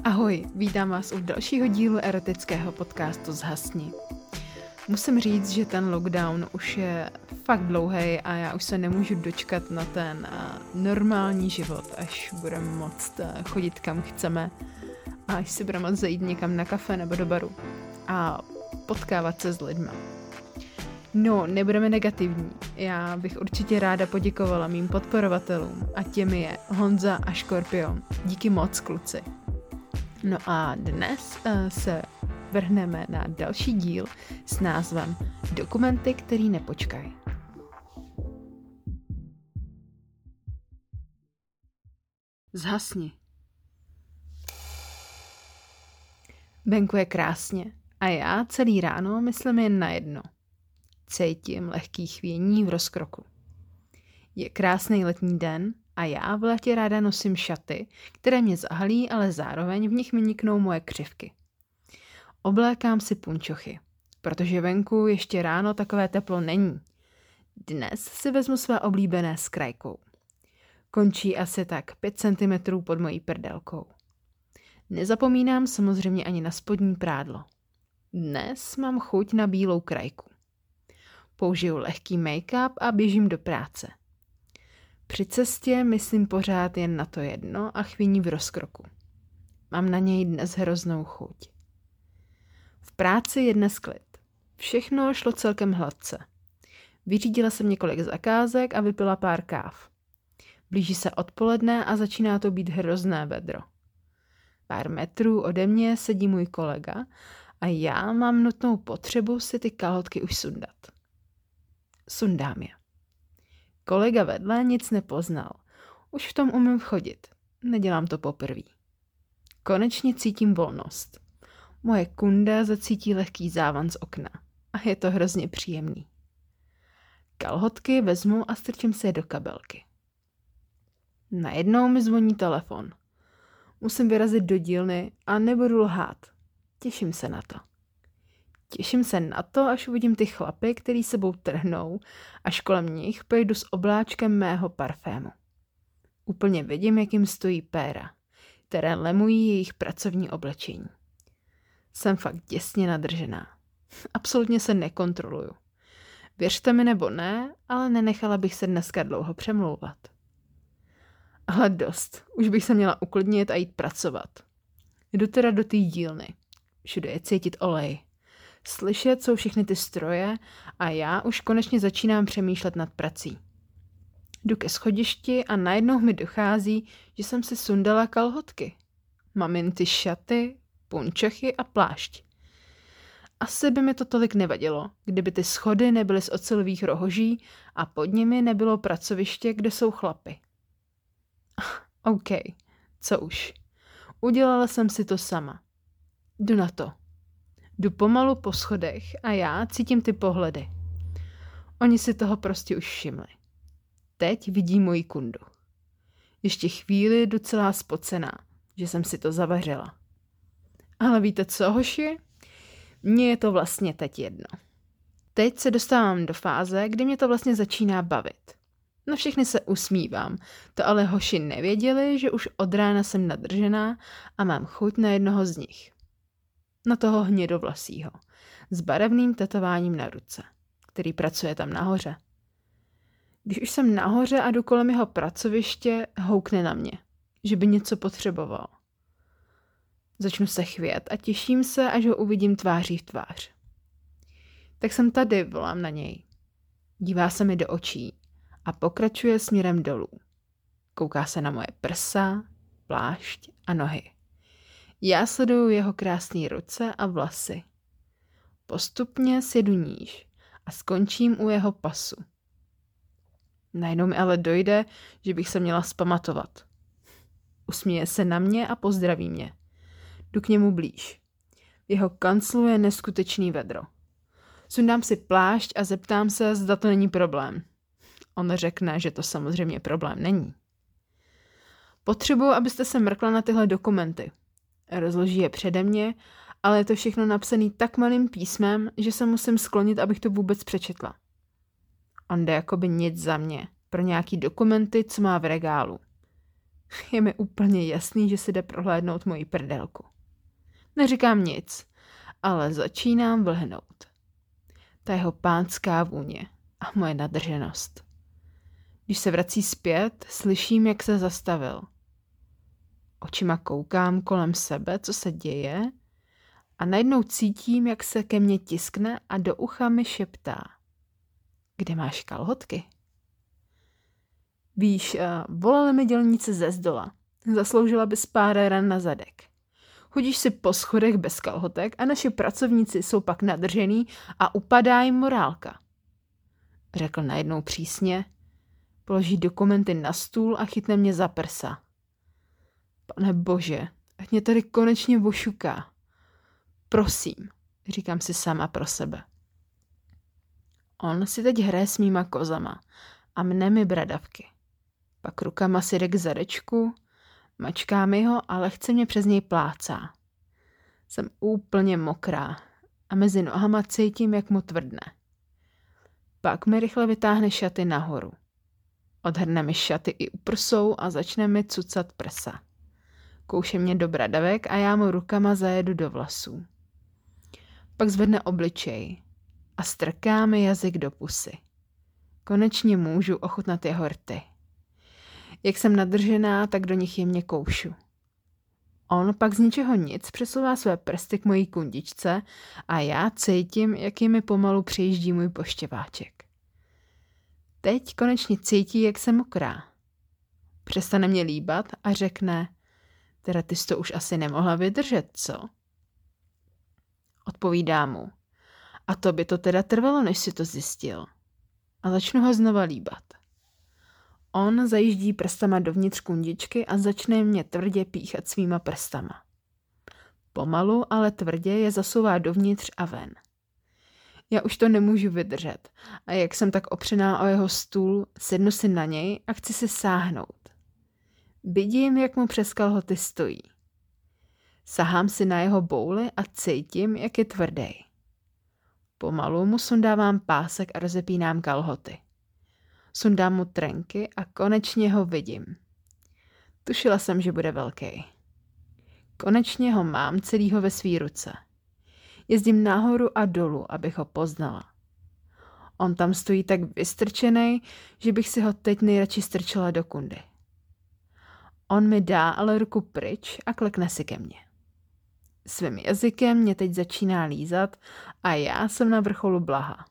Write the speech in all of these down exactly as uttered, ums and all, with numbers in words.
Ahoj, vítám vás u dalšího dílu erotického podcastu Zhasni. Musím říct, že ten lockdown už je fakt dlouhý a já už se nemůžu dočkat na ten normální život, až budeme moct chodit kam chceme a až si budeme moct zajít někam na kafe nebo do baru a potkávat se s lidma. No, nebudeme negativní. Já bych určitě ráda poděkovala mým podporovatelům a těmi je Honza a Škorpion. Díky moc, kluci. No a dnes uh, se vrhneme na další díl s názvem Dokumenty, který nepočkají. Zhasni. Venku je krásně a já celý ráno myslím jen na jedno. Cítím lehký chvění v rozkroku. Je krásný letní den a já v létě ráda nosím šaty, které mě zahalí, ale zároveň v nich mi niknou moje křivky. Oblékám si punčochy, protože venku ještě ráno takové teplo není. Dnes si vezmu své oblíbené s krajkou. Končí asi tak pět centimetrů pod mojí prdelkou. Nezapomínám samozřejmě ani na spodní prádlo. Dnes mám chuť na bílou krajku. Použiju lehký make-up a běžím do práce. Při cestě myslím pořád jen na to jedno a chvění v rozkroku. Mám na něj dnes hroznou chuť. V práci je dnes klid. Všechno šlo celkem hladce. Vyřídila jsem několik zakázek a vypila pár káv. Blíží se odpoledne a začíná to být hrozné vedro. Pár metrů ode mě sedí můj kolega a já mám nutnou potřebu si ty kalhotky už sundat. Sundám je. Kolega vedle nic nepoznal. Už v tom umím chodit. Nedělám to poprvé. Konečně cítím volnost. Moje kunda zacítí lehký závan z okna. A je to hrozně příjemný. Kalhotky vezmu a strčím se je do kabelky. Najednou mi zvoní telefon. Musím vyrazit do dílny a nebudu lhát. Těším se na to. Těším se na to, až uvidím ty chlapy, který sebou trhnou, až kolem nich pojdu s obláčkem mého parfému. Úplně vidím, jak jim stojí péra, které lemují jejich pracovní oblečení. Jsem fakt děsně nadržená. Absolutně se nekontroluju. Věřte mi nebo ne, ale nenechala bych se dneska dlouho přemlouvat. Ale dost, už bych se měla uklidnit a jít pracovat. Jdu teda do té dílny. Všude je cítit olej. Slyšet jsou všechny ty stroje a já už konečně začínám přemýšlet nad prací. Jdu ke schodišti a najednou mi dochází, že jsem si sundala kalhotky. Mám jen ty šaty, punčochy a plášť. Asi by mi to tolik nevadilo, kdyby ty schody nebyly z ocelových rohoží a pod nimi nebylo pracoviště, kde jsou chlapy. OK, co už. Udělala jsem si to sama. Jdu na to. Jdu pomalu po schodech a já cítím ty pohledy. Oni si toho prostě už všimli. Teď vidí moji kundu. Ještě chvíli jdu celá spocená, že jsem si to zavařila. Ale víte co, hoši? Mně je to vlastně teď jedno. Teď se dostávám do fáze, kdy mě to vlastně začíná bavit. Na všechny se usmívám, to ale hoši nevěděli, že už od rána jsem nadržená a mám chuť na jednoho z nich. Na toho hnědovlasýho, s barevným tetováním na ruce, který pracuje tam nahoře. Když už jsem nahoře a jdu kolem jeho pracoviště, houkne na mě, že by něco potřeboval. Začnu se chvět a těším se, až ho uvidím tváří v tvář. Tak jsem tady, volám na něj. Dívá se mi do očí a pokračuje směrem dolů. Kouká se na moje prsa, plášť a nohy. Já sleduju jeho krásné ruce a vlasy. Postupně sjedu níž a skončím u jeho pasu. Najednou mi ale dojde, že bych se měla zpamatovat. Usměje se na mě a pozdraví mě. Jdu k němu blíž. V jeho kanclu je neskutečný vedro. Sundám si plášť a zeptám se, zda to není problém. On řekne, že to samozřejmě problém není. Potřebuji, abyste se mrkla na tyhle dokumenty. Rozloží je přede mě, ale je to všechno napsané tak malým písmem, že se musím sklonit, abych to vůbec přečetla. On jde jakoby nic za mě, pro nějaký dokumenty, co má v regálu. Je mi úplně jasný, že si jde prohlédnout moji prdelku. Neříkám nic, ale začínám vlhnout. Ta jeho pánská vůně a moje nadrženost. Když se vrací zpět, slyším, jak se zastavil. Očima koukám kolem sebe, co se děje, a najednou cítím, jak se ke mně tiskne a do ucha mi šeptá. Kde máš kalhotky? Víš, volali mi dělníci ze zdola. Zasloužila bys pár ran na zadek. Chodíš si po schodech bez kalhotek a naši pracovníci jsou pak nadržený a upadá jim morálka. Řekl najednou přísně, položí dokumenty na stůl a chytne mě za prsa. Pane bože, ať mě tady konečně ošuká. Prosím, říkám si sama pro sebe. On si teď hraje s mýma kozama a mne mi bradavky. Pak rukama si jde k zadečku, mačká mi ho a lehce mě přes něj plácá. Jsem úplně mokrá a mezi nohama cítím, jak mu tvrdne. Pak mi rychle vytáhne šaty nahoru. Odhrne mi šaty i u prsou a začne mi cucat prsa. Kouše mě do bradavek a já mu rukama zajedu do vlasů. Pak zvedne obličej a strká mi jazyk do pusy. Konečně můžu ochutnat jeho rty. Jak jsem nadržená, tak do nich jemně koušu. On pak z ničeho nic přesouvá své prsty k mojí kundičce a já cítím, jak mi pomalu přejíždí můj poštěváček. Teď konečně cítí, jak jsem mokrá. Přestane mě líbat a řekne, teda ty jsi to už asi nemohla vydržet, co? Odpovídá mu, a to by to teda trvalo, než si to zjistil. A začnu ho znova líbat. On zajíždí prstama dovnitř kundičky a začne mě tvrdě píchat svýma prstama. Pomalu, ale tvrdě je zasouvá dovnitř a ven. Já už to nemůžu vydržet a jak jsem tak opřená o jeho stůl, sednu si na něj a chci si sáhnout. Vidím, jak mu přes kalhoty stojí. Sahám si na jeho bouli a cítím, jak je tvrdý. Pomalu mu sundávám pásek a rozepínám kalhoty. Sundám mu trenky a konečně ho vidím. Tušila jsem, že bude velký. Konečně ho mám celýho ve svý ruce. Jezdím nahoru a dolů, abych ho poznala. On tam stojí tak vystrčený, že bych si ho teď nejradši strčila do kundy. On mi dá ale ruku pryč a klekne si ke mně. Svým jazykem mě teď začíná lízat a já jsem na vrcholu blaha.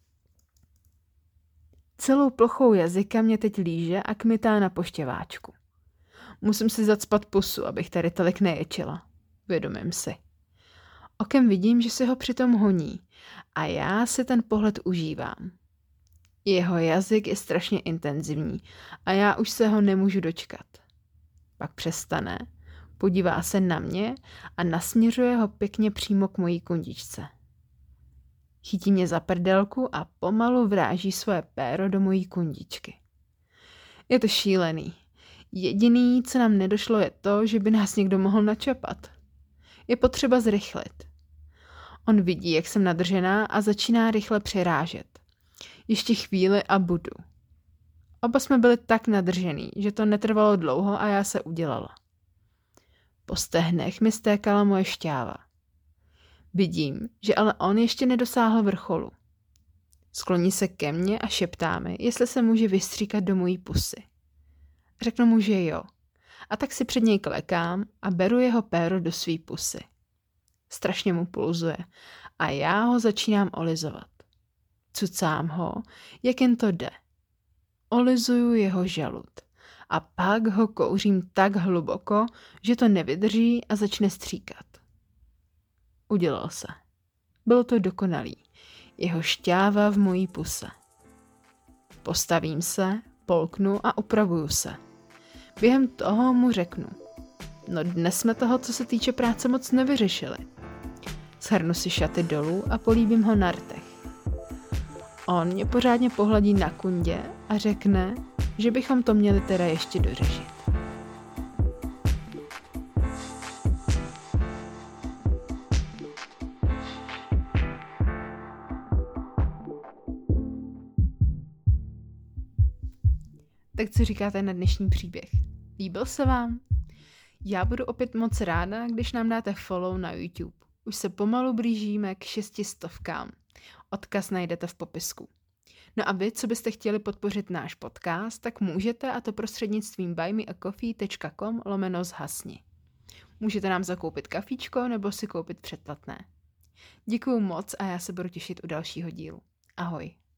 Celou plochou jazyka mě teď líže a kmitá na poštěváčku. Musím si zacpat pusu, abych tady tolik neječila. Vědomím si. Okem vidím, že se ho přitom honí a já si ten pohled užívám. Jeho jazyk je strašně intenzivní a já už se ho nemůžu dočkat. Pak přestane, podívá se na mě a nasměřuje ho pěkně přímo k mojí kundičce. Chytí mě za prdelku a pomalu vráží svoje péro do mojí kundičky. Je to šílený. Jediný, co nám nedošlo, je to, že by nás někdo mohl načapat. Je potřeba zrychlit. On vidí, jak jsem nadržená a začíná rychle přirážet. Ještě chvíli a budu. Oba jsme byli tak nadržený, že to netrvalo dlouho a já se udělala. Po stehnech mi stékala moje šťáva. Vidím, že ale on ještě nedosáhl vrcholu. Skloní se ke mně a šeptá mi, jestli se může vystříkat do mojí pusy. Řeknu mu, že jo. A tak si před něj klekám a beru jeho péro do svý pusy. Strašně mu pulzuje a já ho začínám olizovat. Cucám ho, jak jen to jde. Olizuju jeho žalud a pak ho kouřím tak hluboko, že to nevydrží a začne stříkat. Udělal se. Bylo to dokonalý. Jeho šťáva v mojí puse. Postavím se, polknu a upravuju se. Během toho mu řeknu. No dnes jsme toho, co se týče práce, moc nevyřešili. Shrnu si šaty dolů a políbím ho na rtech. On mě pořádně pohladí na kundě a řekne, že bychom to měli teda ještě dořešit. Tak co říkáte na dnešní příběh? Líbil se vám? Já budu opět moc ráda, když nám dáte follow na YouTube. Už se pomalu blížíme k šestistovkám. Odkaz najdete v popisku. No a vy, co byste chtěli podpořit náš podcast, tak můžete, a to prostřednictvím buymeacoffee tečka com lomeno zhasni. Můžete nám zakoupit kafíčko nebo si koupit předplatné. Děkuju moc a já se budu těšit u dalšího dílu. Ahoj.